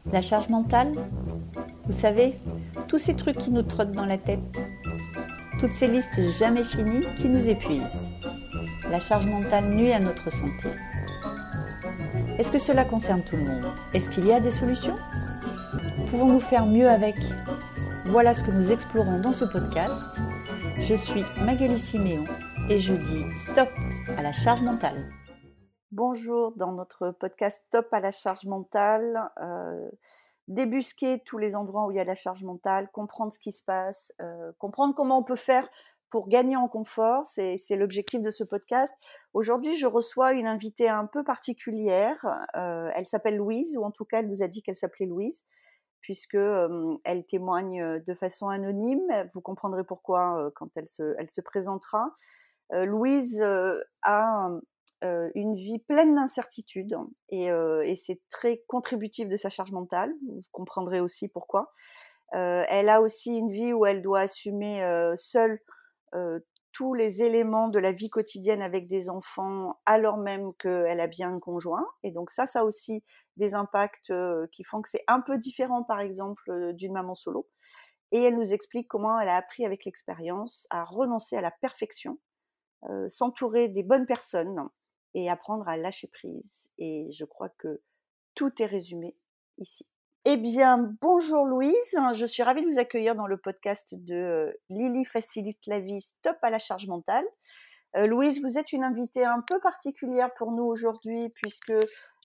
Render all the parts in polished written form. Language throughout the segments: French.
La charge mentale, vous savez, tous ces trucs qui nous trottent dans la tête, toutes ces listes jamais finies qui nous épuisent. La charge mentale nuit à notre santé. Est-ce que cela concerne tout le monde? Est-ce qu'il y a des solutions? Pouvons-nous faire mieux avec? Voilà ce que nous explorons dans ce podcast. Je suis Magali Siméon et je dis stop à la charge mentale. Bonjour, dans notre podcast Stop à la charge mentale, débusquer tous les endroits où il y a la charge mentale, comprendre ce qui se passe, comprendre comment on peut faire pour gagner en confort, c'est l'objectif de ce podcast. Aujourd'hui, je reçois une invitée un peu particulière, elle s'appelle Louise, ou en tout cas, elle nous a dit qu'elle s'appelait Louise, puisque elle témoigne de façon anonyme. Vous comprendrez pourquoi quand elle se présentera. Louise a une vie pleine d'incertitudes et c'est très contributif de sa charge mentale. Vous comprendrez aussi pourquoi. Elle a aussi une vie où elle doit assumer seule tous les éléments de la vie quotidienne avec des enfants, alors même qu'elle a bien un conjoint. Et donc ça a aussi des impacts qui font que c'est un peu différent, par exemple, d'une maman solo. Et elle nous explique comment elle a appris avec l'expérience à renoncer à la perfection, s'entourer des bonnes personnes et apprendre à lâcher prise. Et je crois que tout est résumé ici. Eh bien, bonjour Louise, je suis ravie de vous accueillir dans le podcast de Lily facilite la vie, stop à la charge mentale. Louise, vous êtes une invitée un peu particulière pour nous aujourd'hui puisque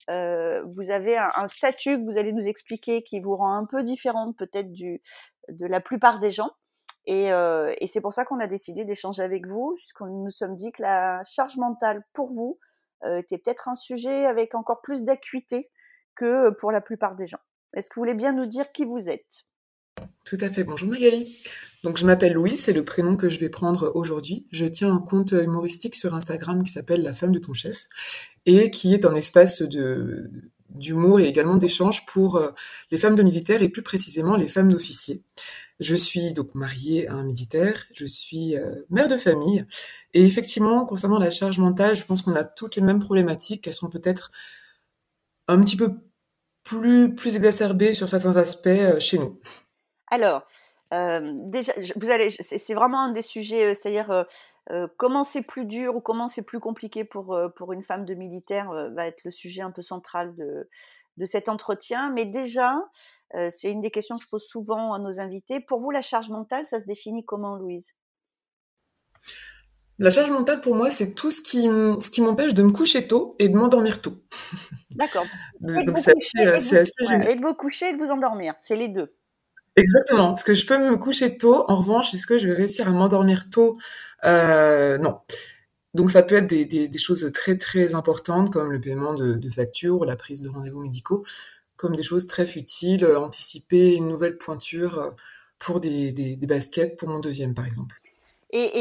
vous avez un statut que vous allez nous expliquer qui vous rend un peu différente peut-être de la plupart des gens. Et c'est pour ça qu'on a décidé d'échanger avec vous, puisqu'on nous sommes dit que la charge mentale pour vous était peut-être un sujet avec encore plus d'acuité que pour la plupart des gens. Est-ce que vous voulez bien nous dire qui vous êtes? Tout à fait. Bonjour Magali. Donc je m'appelle Louise, c'est le prénom que je vais prendre aujourd'hui. Je tiens un compte humoristique sur Instagram qui s'appelle La femme de ton chef et qui est un espace d'humour et également d'échange pour les femmes de militaires et plus précisément les femmes d'officiers. Je suis donc mariée à un militaire, je suis mère de famille et effectivement concernant la charge mentale, je pense qu'on a toutes les mêmes problématiques, elles sont peut-être un petit peu plus exacerbées sur certains aspects chez nous. Alors, déjà, c'est vraiment un des sujets, c'est-à-dire comment c'est plus dur ou comment c'est plus compliqué pour une femme de militaire va être le sujet un peu central de cet entretien. Mais déjà, c'est une des questions que je pose souvent à nos invités. Pour vous, la charge mentale, ça se définit comment, Louise? La charge mentale, pour moi, c'est tout ce qui m'empêche de me coucher tôt et de m'endormir tôt. D'accord. Et de Donc vous c'est coucher assez, et de c'est assez génial. ouais, et de vous coucher et de vous endormir, c'est les deux. Exactement, parce que je peux me coucher tôt. En revanche, est-ce que je vais réussir à m'endormir tôt? Non. Donc ça peut être des choses très très importantes comme le paiement de factures, la prise de rendez-vous médicaux, comme des choses très futiles, anticiper une nouvelle pointure pour des baskets pour mon deuxième par exemple. Et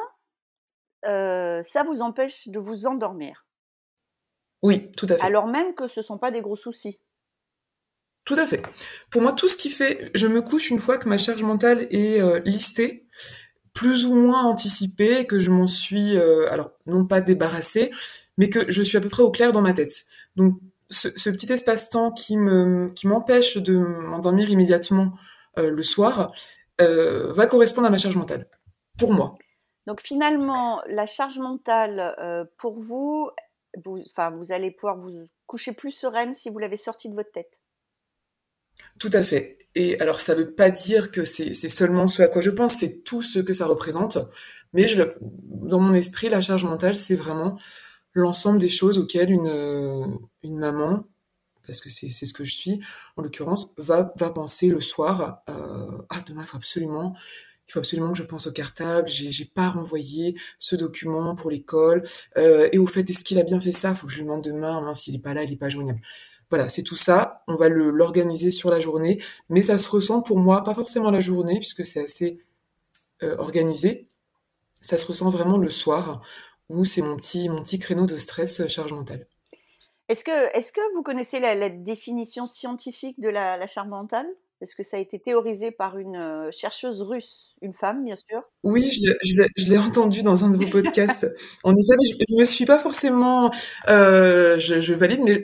ça vous empêche de vous endormir, Oui, tout à fait. alors même que ce ne sont pas des gros soucis. Tout à fait. Pour moi, tout ce qui fait, je me couche une fois que ma charge mentale est listée, plus ou moins anticipée, que je m'en suis, alors non pas débarrassée, mais que je suis à peu près au clair dans ma tête. Donc, ce petit espace-temps qui m'empêche de m'endormir immédiatement le soir va correspondre à ma charge mentale. Pour moi. Donc finalement, la charge mentale, pour vous, vous allez pouvoir vous coucher plus sereine si vous l'avez sortie de votre tête. Tout à fait. Et alors, ça veut pas dire que c'est seulement ce à quoi je pense, c'est tout ce que ça représente. Mais dans mon esprit, la charge mentale, c'est vraiment l'ensemble des choses auxquelles une maman, parce que c'est ce que je suis, en l'occurrence, va penser le soir. Ah, demain, il faut absolument que je pense au cartable. J'ai pas renvoyé ce document pour l'école. Et au fait, est-ce qu'il a bien fait ça? Faut que je lui demande demain. Mince, s'il est pas là, il est pas joignable. Voilà, c'est tout ça. On va l'organiser sur la journée, mais ça se ressent pour moi, pas forcément la journée, puisque c'est assez organisé. Ça se ressent vraiment le soir, où c'est mon petit créneau de stress charge mentale. Est-ce que vous connaissez la définition scientifique de la charge mentale? Parce que ça a été théorisé par une chercheuse russe, une femme, bien sûr. Oui, je l'ai entendu dans un de vos podcasts. En effet, mais je me suis pas forcément, je valide, mais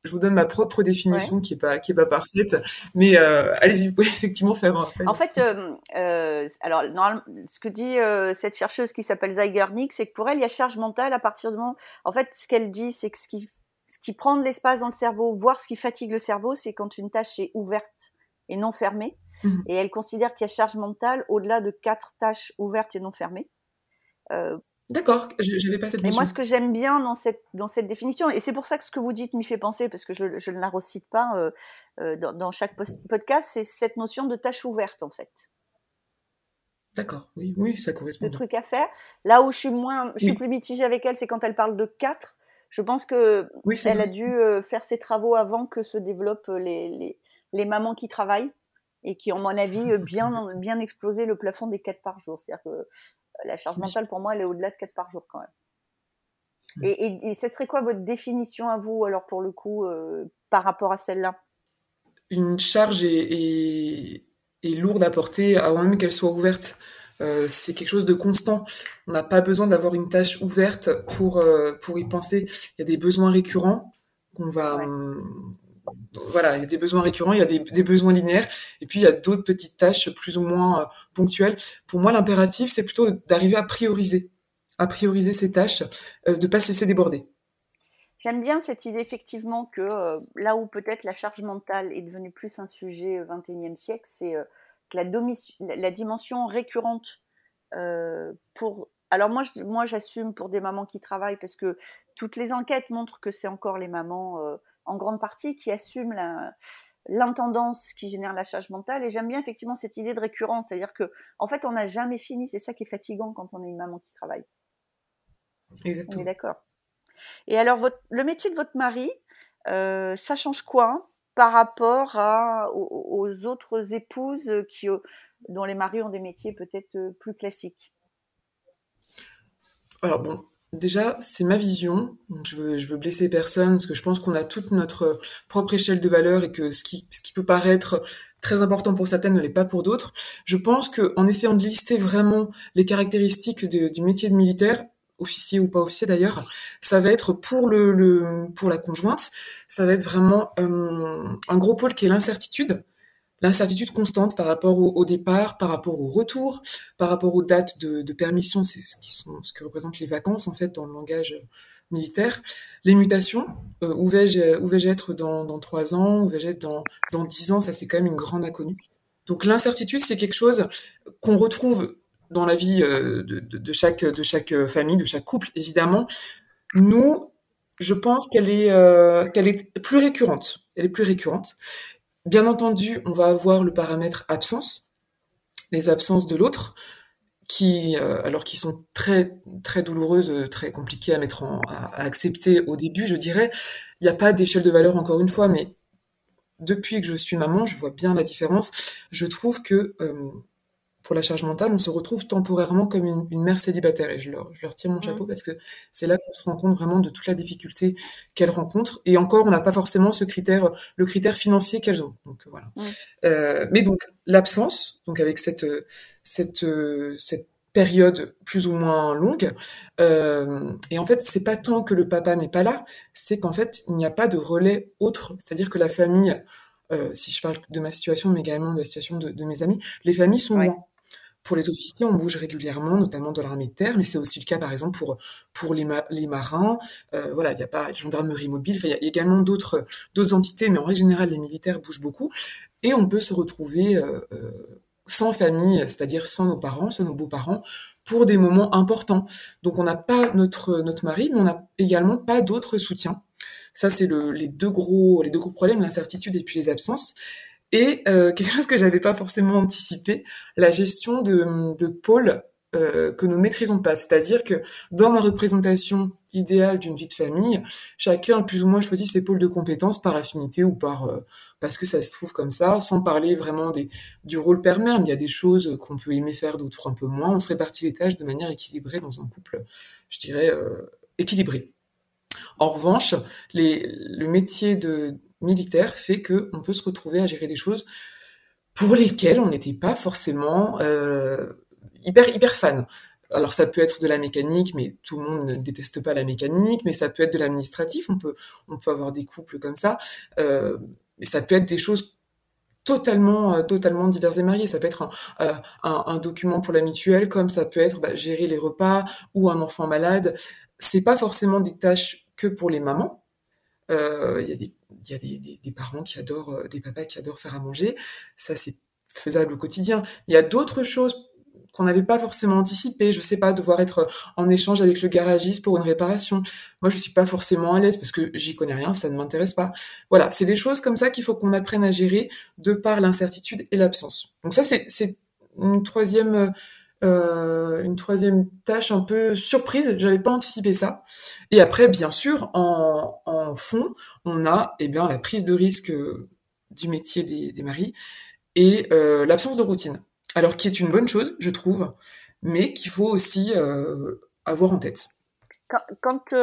je vous donne ma propre Ouais. définition qui est pas parfaite, mais allez-y, vous pouvez effectivement faire un En rappel. fait, alors, ce que dit cette chercheuse qui s'appelle Zeigarnik, c'est que pour elle, il y a charge mentale à partir du moment. En fait, ce qu'elle dit, c'est que ce qui prend de l'espace dans le cerveau, voire ce qui fatigue le cerveau, c'est quand une tâche est ouverte et non fermée. Mhm. Et elle considère qu'il y a charge mentale au-delà de 4 tâches ouvertes et non fermées. Euh, D'accord, j'avais pas cette et moi, notion. ce que j'aime bien dans cette définition, et c'est pour ça que ce que vous dites m'y fait penser, parce que je ne la recite pas dans chaque podcast, c'est cette notion de tâche ouverte, en fait. D'accord, oui, oui, ça correspond De bien. trucs à faire. Là où je suis Oui, plus mitigée avec elle, c'est quand elle parle de 4. Je pense que oui, c'est elle a vrai. dû faire ses travaux avant que se développent les mamans qui travaillent et qui ont, à mon avis, Exactement. bien explosé le plafond des 4 par jour. C'est-à-dire que la charge Oui. mentale, pour moi, elle est au-delà de 4 par jour quand même. Et ce serait quoi votre définition à vous, alors pour le coup, par rapport à celle-là? Une charge est lourde à porter avant même qu'elle soit ouverte. C'est quelque chose de constant. On n'a pas besoin d'avoir une tâche ouverte pour y penser. Il y a des besoins récurrents qu'on va, Ouais. voilà, il y a des besoins récurrents, il y a des besoins linéaires, et puis il y a d'autres petites tâches plus ou moins ponctuelles. Pour moi, l'impératif, c'est plutôt d'arriver à prioriser ces tâches, de pas se laisser déborder. J'aime bien cette idée effectivement que là où peut-être la charge mentale est devenue plus un sujet 21e siècle, c'est que la dimension récurrente pour... Alors moi j'assume pour des mamans qui travaillent parce que toutes les enquêtes montrent que c'est encore les mamans en grande partie qui assument l'intendance qui génère la charge mentale, et j'aime bien effectivement cette idée de récurrence, c'est-à-dire que en fait on n'a jamais fini, c'est ça qui est fatigant quand on est une maman qui travaille. On est Exactement. d'accord. Et alors, le métier de votre mari, ça change quoi par rapport aux autres épouses dont les maris ont des métiers peut-être plus classiques? Alors bon, déjà, c'est ma vision. Donc, je veux blesser personne parce que je pense qu'on a toute notre propre échelle de valeur et que ce qui peut paraître très important pour certaines ne l'est pas pour d'autres. Je pense que en essayant de lister vraiment les caractéristiques du métier de militaire, officier ou pas officier d'ailleurs, ça va être pour pour la conjointe, ça va être vraiment un gros pôle qui est l'incertitude. L'incertitude constante par rapport au départ, par rapport au retour, par rapport aux dates de permission, c'est ce que représentent les vacances en fait dans le langage militaire. Les mutations, où vais-je être dans 3 ans, où vais-je être dans 10 ans, ça c'est quand même une grande inconnue. Donc l'incertitude, c'est quelque chose qu'on retrouve dans la vie de chaque famille, de chaque couple, évidemment. Nous, je pense qu'elle est plus récurrente. Elle est plus récurrente. Bien entendu, on va avoir le paramètre absence, les absences de l'autre, alors qui sont très douloureuses, très compliquées à à accepter au début, je dirais. Il n'y a pas d'échelle de valeur encore une fois, mais depuis que je suis maman, je vois bien la différence. Je trouve que pour la charge mentale, on se retrouve temporairement comme une mère célibataire. Et je leur tire mon Mmh, chapeau parce que c'est là qu'on se rend compte vraiment de toute la difficulté qu'elles rencontrent. Et encore, on n'a pas forcément le critère financier qu'elles ont. Donc voilà. mmh. Mais donc l'absence, donc avec cette période plus ou moins longue, et en fait c'est pas tant que le papa n'est pas là, c'est qu'en fait il n'y a pas de relais autre, c'est-à-dire que la famille, si je parle de ma situation, mais également de la situation de mes amis, les familles sont Ouais. loin. Pour les officiers, on bouge régulièrement, notamment dans l'armée de terre, mais c'est aussi le cas, par exemple, pour les marins. Voilà, il n'y a pas de gendarmerie mobile. Enfin, il y a également d'autres entités, mais en règle générale, les militaires bougent beaucoup. Et on peut se retrouver sans famille, c'est-à-dire sans nos parents, sans nos beaux-parents, pour des moments importants. Donc, on n'a pas notre mari, mais on n'a également pas d'autres soutiens. Ça, c'est les deux gros problèmes, l'incertitude et puis les absences. Et quelque chose que j'avais pas forcément anticipé, la gestion de pôles que nous maîtrisons pas. C'est-à-dire que dans ma représentation idéale d'une vie de famille, chacun a plus ou moins choisi ses pôles de compétences par affinité ou parce que ça se trouve comme ça, sans parler vraiment du rôle père-mère. Mais il y a des choses qu'on peut aimer faire, d'autres un peu moins. On se répartit les tâches de manière équilibrée dans un couple, je dirais, équilibré. En revanche, le métier de militaire fait que on peut se retrouver à gérer des choses pour lesquelles on n'était pas forcément hyper fan. alors ça peut être de la mécanique, mais tout le monde ne déteste pas la mécanique, mais ça peut être de l'administratif, on peut avoir des couples comme ça, mais ça peut être des choses totalement diverses et variées. Ça peut être un document pour la mutuelle, comme ça peut être gérer les repas ou un enfant malade. C'est pas forcément des tâches que pour les mamans. Il y a des parents qui adorent, des papas qui adorent faire à manger. Ça, c'est faisable au quotidien. Il y a d'autres choses qu'on n'avait pas forcément anticipées. Je sais pas, devoir être en échange avec le garagiste pour une réparation. Moi, je suis pas forcément à l'aise parce que j'y connais rien, ça ne m'intéresse pas. Voilà, c'est des choses comme ça qu'il faut qu'on apprenne à gérer de par l'incertitude et l'absence. Donc ça, c'est une troisième tâche un peu surprise. J'avais pas anticipé ça. Et après, bien sûr, en fond, on a la prise de risque du métier des maris et l'absence de routine. Alors qui est une bonne chose, je trouve, mais qu'il faut aussi avoir en tête. Quand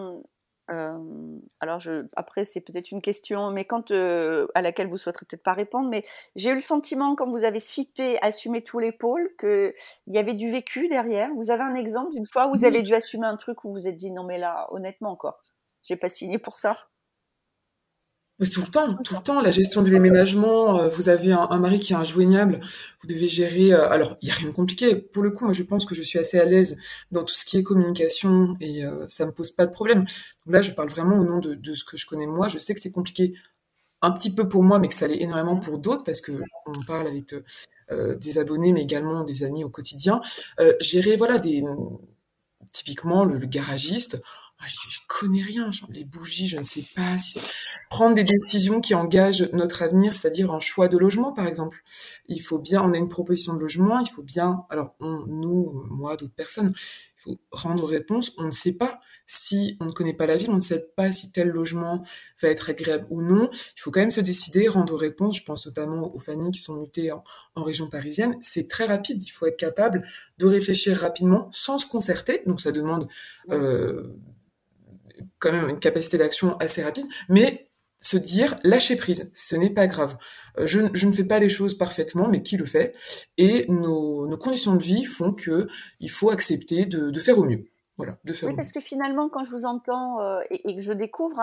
alors après c'est peut-être une question, mais à laquelle vous souhaiterez peut-être pas répondre, mais j'ai eu le sentiment quand vous avez cité assumer tous les pôles qu'il y avait du vécu derrière. Vous avez un exemple d'une fois où vous avez dû assumer un truc où vous vous êtes dit non mais là honnêtement quoi, j'ai pas signé pour ça. Mais tout le temps, la gestion des déménagements, vous avez un mari qui est injoignable, vous devez gérer, alors il y a rien de compliqué. Pour le coup, moi je pense que je suis assez à l'aise dans tout ce qui est communication et ça me pose pas de problème. Donc là, je parle vraiment au nom de ce que je connais moi. Je sais que c'est compliqué un petit peu pour moi, mais que ça l'est énormément pour d'autres parce que on parle avec des abonnés, mais également des amis au quotidien. Gérer, voilà, typiquement le garagiste. Moi, je connais rien, genre, les bougies, je ne sais pas si prendre des décisions qui engagent notre avenir, c'est-à-dire un choix de logement, par exemple. Il faut bien, on a une proposition de logement, il faut bien, alors nous, moi, d'autres personnes, il faut rendre réponse. On ne sait pas si on ne connaît pas la ville, on ne sait pas si tel logement va être agréable ou non. Il faut quand même se décider, rendre réponse. Je pense notamment aux familles qui sont mutées en région parisienne. C'est très rapide. Il faut être capable de réfléchir rapidement sans se concerter. Donc ça demande euh, quand même une capacité d'action assez rapide, mais se dire lâcher prise, ce n'est pas grave. Je ne fais pas les choses parfaitement, mais qui le fait? Et nos conditions de vie font que il faut accepter de faire au mieux. Voilà, de faire Oui, au parce mieux. que finalement, quand je vous entends et que je découvre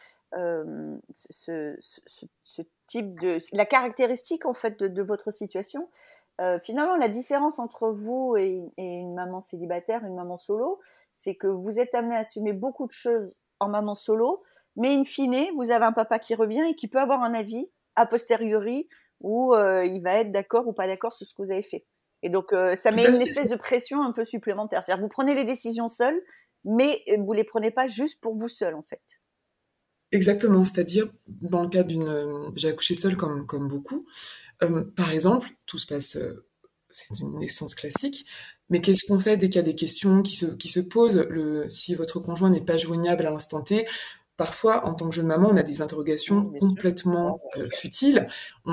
ce type la caractéristique en fait de votre situation, finalement, la différence entre vous et une maman célibataire, une maman solo, c'est que vous êtes amené à assumer beaucoup de choses en maman solo, mais in fine, vous avez un papa qui revient et qui peut avoir un avis a posteriori où il va être d'accord ou pas d'accord sur ce que vous avez fait. Et donc, ça Tout met à une fait. espèce de pression un peu supplémentaire. C'est-à-dire, vous prenez les décisions seuls, mais vous les prenez pas juste pour vous seul, en fait. Exactement. C'est-à-dire, dans le cas j'ai accouché seule comme beaucoup. Par exemple, tout se passe, c'est une naissance classique. Mais qu'est-ce qu'on fait dès qu'il y a des questions qui se posent? Si votre conjoint n'est pas joignable à l'instant T, parfois, en tant que jeune maman, on a des interrogations Bien sûr. complètement futiles.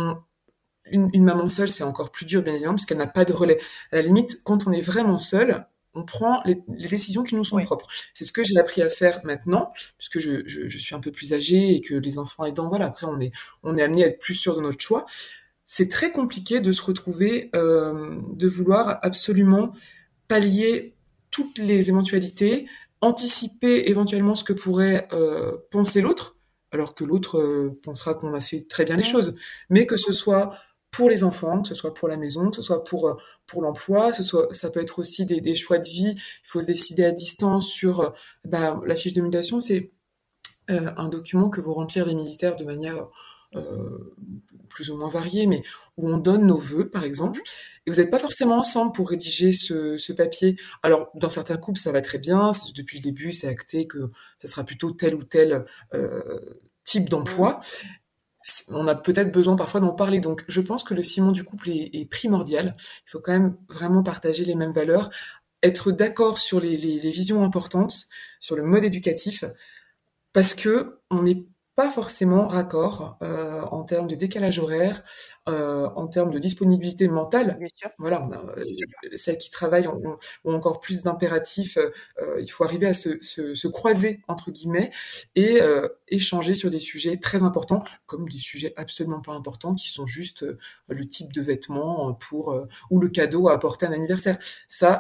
Une maman seule, c'est encore plus dur, bien évidemment, parce qu'elle n'a pas de relais. À la limite, quand on est vraiment seul, on prend les décisions qui nous sont Oui. propres. C'est ce que j'ai appris à faire maintenant, puisque je suis un peu plus âgée et que les enfants aidant, voilà, après on est amené à être plus sûr de notre choix. C'est très compliqué de se retrouver, de vouloir absolument pallier toutes les éventualités, anticiper éventuellement ce que pourrait penser l'autre, alors que l'autre pensera qu'on a fait très bien les Mmh. choses, mais que ce soit pour les enfants, que ce soit pour la maison, que ce soit pour l'emploi, ça peut être aussi des choix de vie. Il faut se décider à distance sur la fiche de mutation, c'est un document que vont remplir les militaires de manière euh, plus ou moins variée, mais où on donne nos vœux, par exemple. Mmh. Et vous n'êtes pas forcément ensemble pour rédiger ce papier. Alors, dans certains couples, ça va très bien. Depuis le début, c'est acté que ça sera plutôt tel ou tel type Mmh. d'emploi. On a peut-être besoin parfois d'en parler. Donc, je pense que le ciment du couple est primordial. Il faut quand même vraiment partager les mêmes valeurs, être d'accord sur les visions importantes, sur le mode éducatif, parce que on n'est pas forcément raccord en termes de décalage horaire, en termes de disponibilité mentale. Bien sûr. Voilà, celles qui travaillent ont encore plus d'impératifs. Il faut arriver à se croiser entre guillemets et échanger sur des sujets très importants, comme des sujets absolument pas importants qui sont juste le type de vêtements pour ou le cadeau à apporter à un anniversaire. Ça,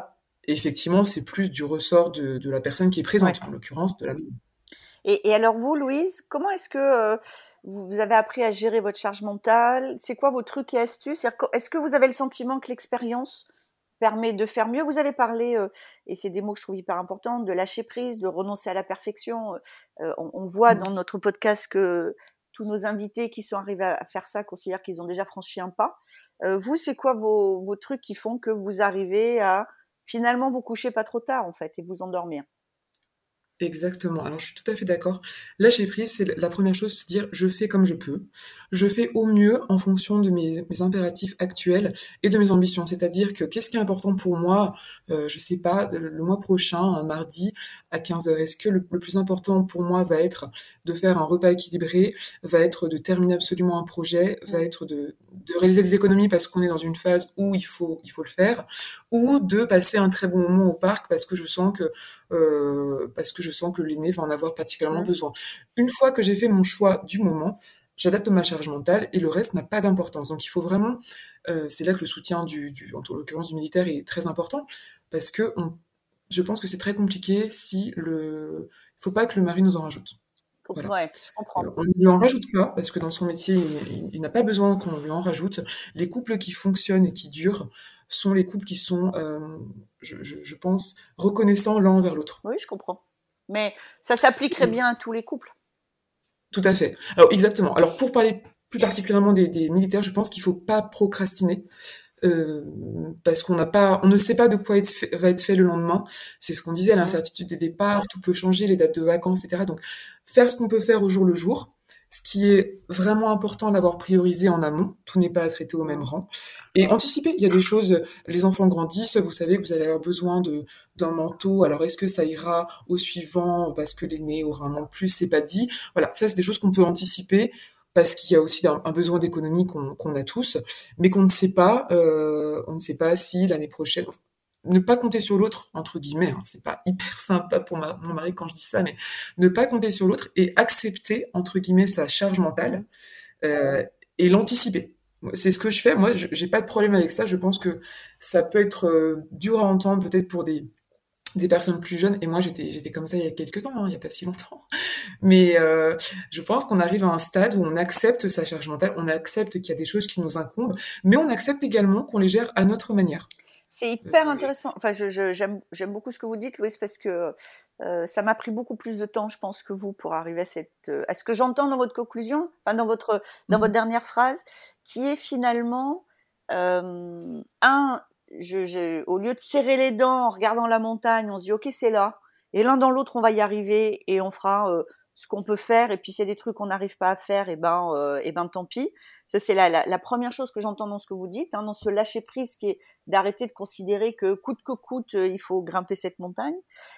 effectivement, c'est plus du ressort de la personne qui est présente, Ouais. en l'occurrence de la... Et alors vous, Louise, comment est-ce que vous avez appris à gérer votre charge mentale? C'est quoi vos trucs et astuces? Est-ce que vous avez le sentiment que l'expérience permet de faire mieux? Vous avez parlé, et c'est des mots que je trouve hyper importants, de lâcher prise, de renoncer à la perfection. On voit dans notre podcast que tous nos invités qui sont arrivés à faire ça considèrent qu'ils ont déjà franchi un pas. Vous, c'est quoi vos trucs qui font que vous arrivez à finalement vous coucher pas trop tard en fait et vous endormir? Exactement. Alors, je suis tout à fait d'accord. Lâcher prise, c'est la première chose, se dire je fais comme je peux. Je fais au mieux en fonction de mes impératifs actuels et de mes ambitions. C'est-à-dire que qu'est-ce qui est important pour moi, je sais pas, le mois prochain, un mardi à 15 heures. Est-ce que le plus important pour moi va être de faire un repas équilibré, va être de terminer absolument un projet, va Mmh. être de réaliser des économies parce qu'on est dans une phase où il faut le faire, ou de passer un très bon moment au parc parce que je sens que l'aîné va en avoir particulièrement Mmh. besoin. Une fois que j'ai fait mon choix du moment, j'adapte ma charge mentale et le reste n'a pas d'importance. Donc il faut vraiment, c'est là que le soutien en l'occurrence du militaire est très important parce que je pense que c'est très compliqué il faut pas que le mari nous en rajoute. Voilà. Ouais, je comprends. On ne lui en rajoute pas parce que dans son métier, il n'a pas besoin qu'on lui en rajoute. Les couples qui fonctionnent et qui durent sont les couples qui sont, je pense, reconnaissants l'un envers l'autre. Oui, je comprends. Mais ça s'appliquerait bien à tous les couples. Tout à fait. Alors exactement. Alors pour parler plus particulièrement des militaires, je pense qu'il faut pas procrastiner euh, parce on ne sait pas de quoi va être fait le lendemain. C'est ce qu'on disait, Mmh. l'incertitude des départs, tout peut changer, les dates de vacances, etc. Donc faire ce qu'on peut faire au jour le jour. Ce qui est vraiment important d'avoir priorisé en amont, tout n'est pas à traiter au même Mmh. rang. Et anticiper, il y a des choses, les enfants grandissent, vous savez que vous allez avoir besoin d'un manteau, alors est-ce que ça ira au suivant parce que l'aîné aura un an de plus, c'est pas dit. Voilà, ça c'est des choses qu'on peut anticiper parce qu'il y a aussi un besoin d'économie qu'on a tous, mais on ne sait pas si l'année prochaine, ne pas compter sur l'autre, entre guillemets, hein, c'est pas hyper sympa pour mon mari quand je dis ça, mais ne pas compter sur l'autre et accepter, entre guillemets, sa charge Mmh. mentale et l'anticiper. C'est ce que je fais. Moi, j'ai pas de problème avec ça. Je pense que ça peut être dur à entendre peut-être pour des personnes plus jeunes. Et moi, j'étais comme ça il y a quelques temps, hein, il y a pas si longtemps. Mais je pense qu'on arrive à un stade où on accepte sa charge mentale, on accepte qu'il y a des choses qui nous incombent, mais on accepte également qu'on les gère à notre manière. C'est Euh, hyper intéressant. Enfin, j'aime beaucoup ce que vous dites, Louise, parce que ça m'a pris beaucoup plus de temps, je pense, que vous pour arriver à ce que j'entends dans votre conclusion, enfin dans votre mhm, dernière phrase, qui est finalement un, au lieu de serrer les dents en regardant la montagne, on se dit ok c'est là, et l'un dans l'autre on va y arriver et on fera ce qu'on peut faire, et puis s'il y a des trucs qu'on n'arrive pas à faire, et ben tant pis. Ça c'est la première chose que j'entends dans ce que vous dites, hein, dans ce lâcher prise qui est d'arrêter de considérer que coûte, il faut grimper cette montagne,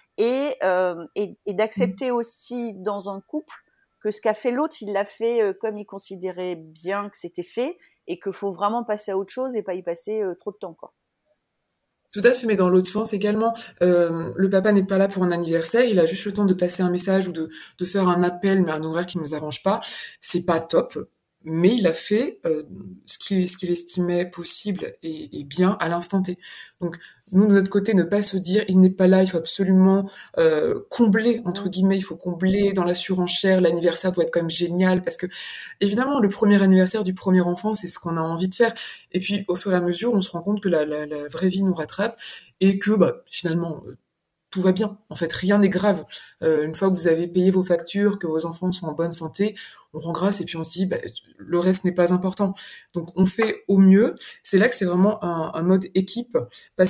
et mhm. d'accepter aussi dans un couple que ce qu'a fait l'autre, il l'a fait comme il considérait bien que c'était fait, et qu'il faut vraiment passer à autre chose et pas y passer trop de temps, quoi. Tout à fait, mais dans l'autre sens également, le papa n'est pas là pour un anniversaire, il a juste le temps de passer un message ou de faire un appel, mais à un horaire qui ne nous arrange pas. C'est pas top, mais il a fait ce qu'il estimait possible et bien à l'instant T. Donc nous, de notre côté, ne pas se dire il n'est pas là, il faut absolument combler, entre Mmh. guillemets, il faut combler dans la surenchère, l'anniversaire doit être quand même génial, parce que évidemment, le premier anniversaire du premier enfant, c'est ce qu'on a envie de faire. Et puis, au fur et à mesure, on se rend compte que la vraie vie nous rattrape et que, bah, finalement, tout va bien. En fait, rien n'est grave. Une fois que vous avez payé vos factures, que vos enfants sont en bonne santé, on rend grâce et puis on se dit, bah, le reste n'est pas important. Donc, on fait au mieux. C'est là que c'est vraiment un mode équipe parce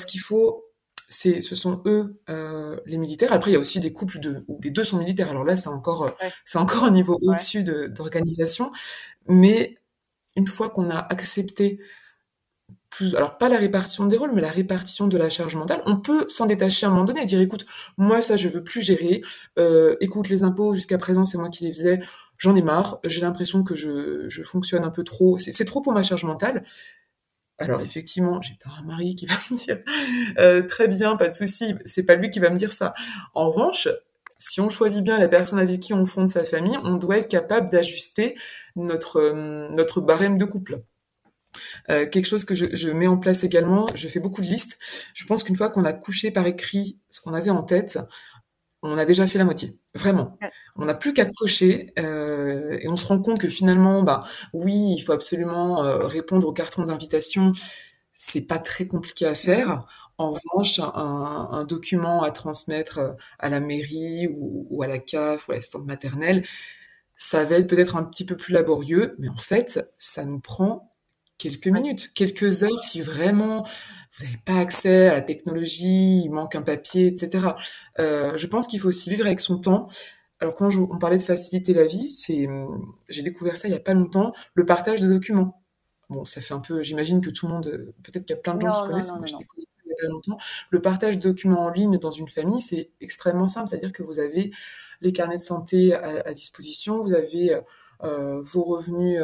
ce sont eux les militaires. Après, il y a aussi des couples où les deux sont militaires. Alors là, Ouais, c'est encore un niveau ouais. au-dessus d'organisation. Mais une fois qu'on a accepté alors pas la répartition des rôles, mais la répartition de la charge mentale, on peut s'en détacher à un moment donné et dire, écoute, moi ça je veux plus gérer, écoute les impôts jusqu'à présent c'est moi qui les faisais, j'en ai marre, j'ai l'impression que je fonctionne un peu trop, c'est trop pour ma charge mentale. Alors effectivement, j'ai pas un mari qui va me dire, très bien, pas de souci, c'est pas lui qui va me dire ça. En revanche, si on choisit bien la personne avec qui on fonde sa famille, on doit être capable d'ajuster notre barème de couple. Quelque chose que je mets en place également, je fais beaucoup de listes. Je pense qu'une fois qu'on a couché par écrit ce qu'on avait en tête, on a déjà fait la moitié, vraiment. Ouais. On n'a plus qu'à cocher et on se rend compte que finalement, bah oui, il faut absolument répondre au carton d'invitation. C'est pas très compliqué à Mhm. faire. En revanche, un document à transmettre à la mairie ou à la CAF ou à l'assistante maternelle, ça va être peut-être un petit peu plus laborieux, mais en fait, ça nous prend quelques Ouais. minutes, quelques heures si vraiment vous n'avez pas accès à la technologie, il manque un papier, etc. Je pense qu'il faut aussi vivre avec son temps. Alors on parlait de faciliter la vie, j'ai découvert ça il y a pas longtemps, le partage de documents. Bon, ça fait un peu, j'imagine que tout le monde, peut-être qu'il y a plein de gens qui Non, non, connaissent, non, moi non, j'ai non. découvert ça il y a pas longtemps. Le partage de documents en ligne dans une famille, c'est extrêmement simple, c'est-à-dire que vous avez les carnets de santé à disposition, vous avez vos revenus,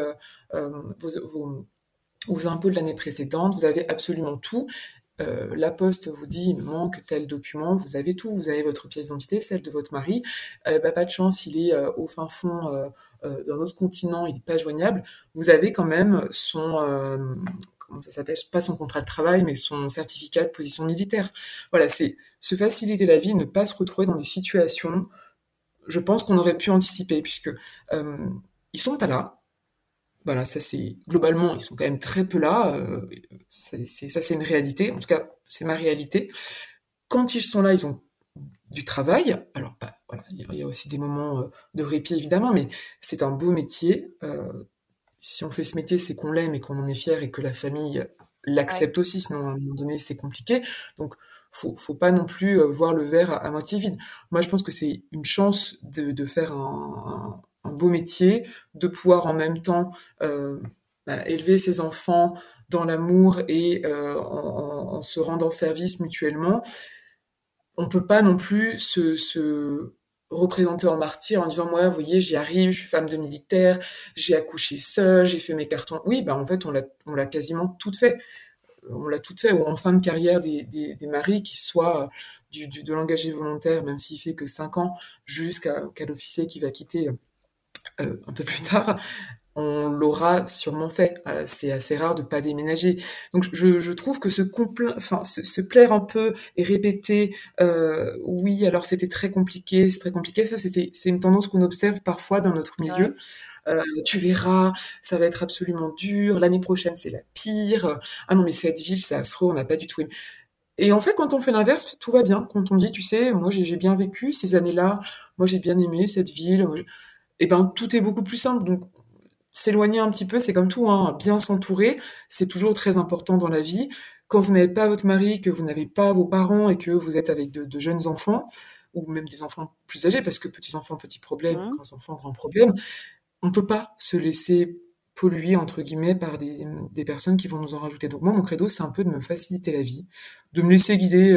vos impôts de l'année précédente, vous avez absolument tout. La poste vous dit il me manque tel document, vous avez tout, vous avez votre pièce d'identité, celle de votre mari, bah, pas de chance, il est au fin fond d'un autre continent, il n'est pas joignable, vous avez quand même son, comment ça s'appelle, pas son contrat de travail, mais son certificat de position militaire. Voilà, c'est se faciliter la vie, ne pas se retrouver dans des situations, je pense qu'on aurait pu anticiper, puisque euh, ils sont pas là, voilà, ça c'est globalement, ils sont quand même très peu là. Ça c'est une réalité. En tout cas, c'est ma réalité. Quand ils sont là, ils ont du travail. Alors, bah, voilà, il y a aussi des moments de répit évidemment, mais c'est un beau métier. Si on fait ce métier, c'est qu'on l'aime et qu'on en est fier et que la famille Ouais. l'accepte aussi. Sinon, à un moment donné, c'est compliqué. Donc, faut pas non plus voir le verre à moitié vide. Moi, je pense que c'est une chance de faire un beau métier, de pouvoir en même temps bah, élever ses enfants dans l'amour et en se rendant service mutuellement. On peut pas non plus se représenter en martyr en disant moi, vous voyez, j'y arrive, je suis femme de militaire, j'ai accouché seule, j'ai fait mes cartons. Oui, bah en fait, on l'a quasiment tout fait. On l'a tout fait. Ou en fin de carrière des maris, qui soient de l'engagé volontaire, même s'il fait que 5 ans, qu'à l'officier qui va quitter un peu plus tard, on l'aura sûrement fait. C'est assez rare de pas déménager. Donc je trouve que se plaire un peu et répéter oui, alors c'était très compliqué, c'est très compliqué, c'est une tendance qu'on observe parfois dans notre Ouais. milieu. Tu verras, ça va être absolument dur, l'année prochaine c'est la pire. Ah non mais cette ville c'est affreux, on n'a pas du tout aimé. Et en fait, quand on fait l'inverse, tout va bien. Quand on dit, tu sais, moi j'ai bien vécu ces années-là, moi j'ai bien aimé cette ville, et ben tout est beaucoup plus simple. Donc s'éloigner un petit peu, c'est comme tout, hein, bien s'entourer, c'est toujours très important dans la vie. Quand vous n'avez pas votre mari, que vous n'avez pas vos parents et que vous êtes avec de jeunes enfants, ou même des enfants plus âgés, parce que petits enfants, petits problèmes, Mhm. grands enfants, grands problèmes, on peut pas se laisser polluer, entre guillemets, par des personnes qui vont nous en rajouter. Donc moi, mon credo, c'est un peu de me faciliter la vie, de me laisser guider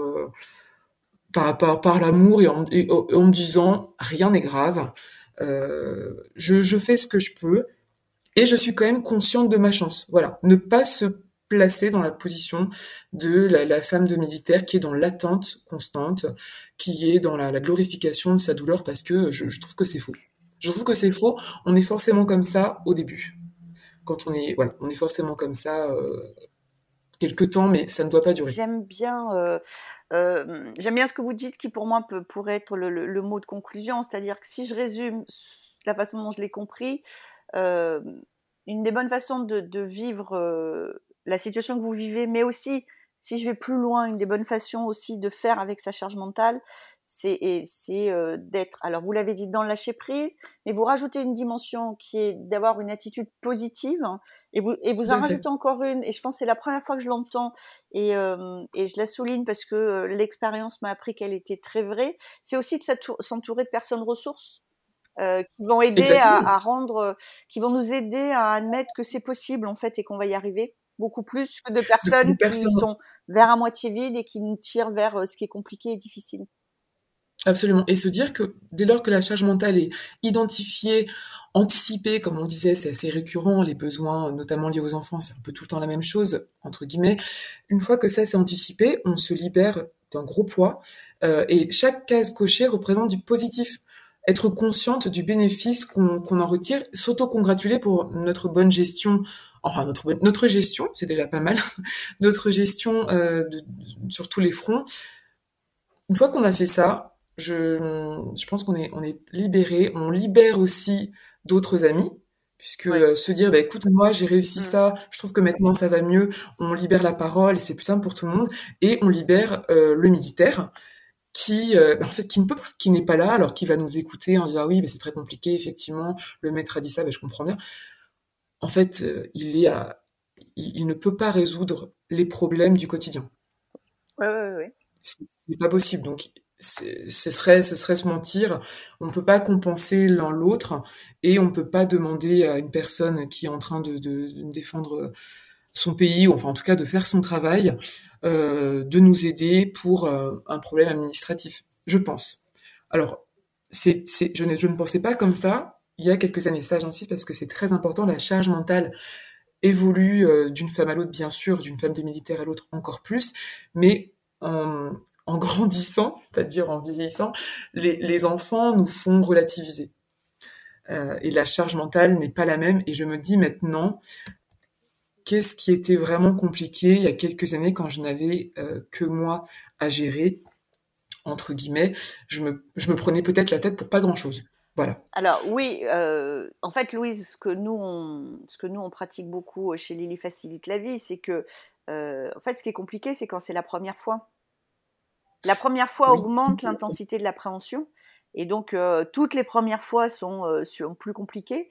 par l'amour et en me disant, rien n'est grave, je fais ce que je peux, et je suis quand même consciente de ma chance. Voilà. Ne pas se placer dans la position de la femme de militaire qui est dans l'attente constante, qui est dans la glorification de sa douleur, parce que je trouve que c'est faux. Je trouve que c'est faux. On est forcément comme ça au début. Voilà, on est forcément comme ça quelque temps, mais ça ne doit pas durer. J'aime bien, j'aime bien ce que vous dites, qui pour moi pourrait être le mot de conclusion. C'est-à-dire que si je résume la façon dont je l'ai compris, euh, une des bonnes façons de vivre la situation que vous vivez, mais aussi, si je vais plus loin, une des bonnes façons aussi de faire avec sa charge mentale, c'est d'être, alors vous l'avez dit, dans le lâcher prise, mais vous rajoutez une dimension qui est d'avoir une attitude positive, hein, et vous Tout en à fait. rajoutez encore une, et je pense que c'est la première fois que je l'entends, et je la souligne parce que l'expérience m'a appris qu'elle était très vraie, c'est aussi de s'entourer de personnes ressources qui vont aider Exactement. qui vont nous aider à admettre que c'est possible en fait et qu'on va y arriver, beaucoup plus que de De personnes qui personnes. sont vers à moitié vides et qui nous tirent vers ce qui est compliqué et difficile. Absolument. Et se dire que dès lors que la charge mentale est identifiée, anticipée, comme on disait, c'est assez récurrent, les besoins, notamment liés aux enfants, c'est un peu tout le temps la même chose, entre guillemets. Une fois que ça c'est anticipé, on se libère d'un gros poids, et chaque case cochée représente du positif. Être consciente du bénéfice qu'on en retire, s'auto-congratuler pour notre bonne gestion enfin notre gestion, c'est déjà pas mal, notre gestion sur tous les fronts. Une fois qu'on a fait ça, je pense qu'on est libéré. On libère aussi d'autres amis, puisque Oui. se dire, bah, écoute, moi j'ai réussi Mm. ça, je trouve que maintenant ça va mieux. On libère la parole, et c'est plus simple pour tout le monde, et on libère le militaire qui, en fait, qui ne peut pas, qui n'est pas là, alors qui va nous écouter en disant, ah oui, mais c'est très compliqué, effectivement, le maître a dit ça, ben je comprends bien. En fait, il ne peut pas résoudre les problèmes du quotidien. Ouais, ouais, ouais. C'est pas possible. Donc, ce serait se mentir. On ne peut pas compenser l'un l'autre et on ne peut pas demander à une personne qui est en train de défendre son pays, ou enfin en tout cas de faire son travail, de nous aider pour un problème administratif. Je pense. Alors, je ne pensais pas comme ça il y a quelques années. Ça, j'insiste parce que c'est très important. La charge mentale évolue d'une femme à l'autre, bien sûr, d'une femme de militaire à l'autre encore plus, mais en grandissant, c'est-à-dire en vieillissant, les enfants nous font relativiser. Et la charge mentale n'est pas la même. Et je me dis maintenant, qu'est-ce qui était vraiment compliqué il y a quelques années quand je n'avais que moi à gérer, entre guillemets, je me prenais peut-être la tête pour pas grand-chose. Voilà. Alors oui, en fait, Louise, ce que nous on pratique beaucoup chez Lily Facilite la vie, c'est que, en fait, ce qui est compliqué, c'est quand c'est la première fois. La première fois Oui. augmente l'intensité de l'appréhension, et donc toutes les premières fois sont plus compliquées.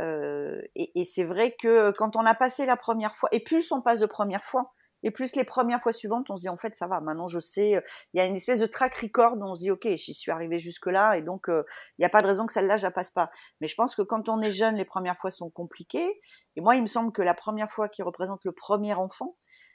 Et c'est vrai que quand on a passé la première fois, et plus on passe de première fois, et plus les premières fois suivantes, on se dit en fait ça va, maintenant je sais, il y a une espèce de track record où on se dit ok, j'y suis arrivée jusque-là, et donc il n'y a pas de raison que celle-là, je la passe pas. Mais je pense que quand on est jeune, les premières fois sont compliquées, et moi il me semble que la première fois qui représente le premier enfant,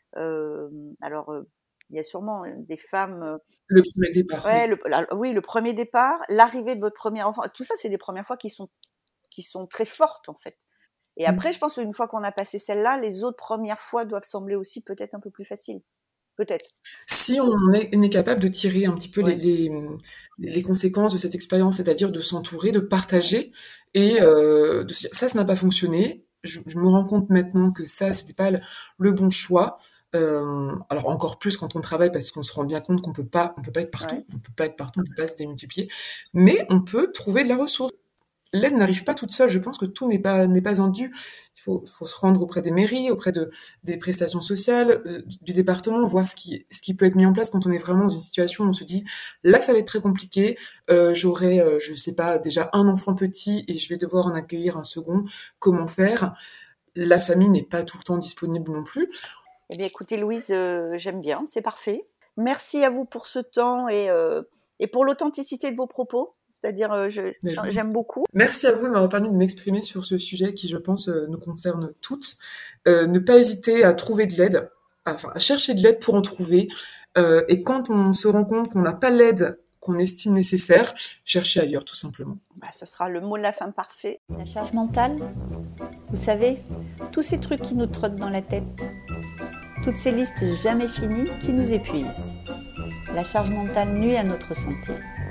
alors il y a sûrement des femmes, Le premier départ, ouais, oui. oui, le premier départ, l'arrivée de votre premier enfant, tout ça, c'est des premières fois qui sont très fortes en fait. Et après, je pense qu'une fois qu'on a passé celle-là, les autres premières fois doivent sembler aussi peut-être un peu plus faciles. Peut-être. Si on est capable de tirer un petit peu les, Ouais. les, les conséquences de cette expérience, c'est-à-dire de s'entourer, de partager, et de se dire, ça n'a pas fonctionné, je me rends compte maintenant que ça, c'était pas le bon choix. Alors encore plus quand on travaille, parce qu'on se rend bien compte qu'on peut pas être Ouais. partout, on peut pas être partout, on peut pas se démultiplier, mais on peut trouver de la ressource. L'aide n'arrive pas toute seule. Je pense que tout n'est pas en dû. Il faut se rendre auprès des mairies, auprès des prestations sociales, du département, voir ce qui peut être mis en place quand on est vraiment dans une situation où on se dit, là, ça va être très compliqué. J'aurai, je sais pas, déjà un enfant petit et je vais devoir en accueillir un second. Comment faire? La famille n'est pas tout le temps disponible non plus. Eh bien, écoutez, Louise, j'aime bien, c'est parfait. Merci à vous pour ce temps et pour l'authenticité de vos propos. C'est-à-dire, Mais j'aime beaucoup. merci à vous de m'avoir permis de m'exprimer sur ce sujet qui, je pense, nous concerne toutes. Ne pas hésiter à trouver de l'aide, enfin à chercher de l'aide pour en trouver. Et quand on se rend compte qu'on n'a pas l'aide qu'on estime nécessaire, chercher ailleurs, tout simplement. Bah, ça sera le mot de la fin parfait. La charge mentale, vous savez, tous ces trucs qui nous trottent dans la tête, toutes ces listes jamais finies qui nous épuisent. La charge mentale nuit à notre santé.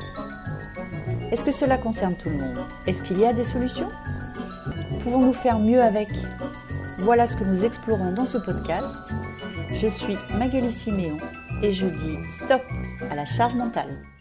Est-ce que cela concerne tout le monde? Est-ce qu'il y a des solutions? Pouvons-nous faire mieux avec? Voilà ce que nous explorons dans ce podcast. Je suis Magali Siméon et je dis stop à la charge mentale.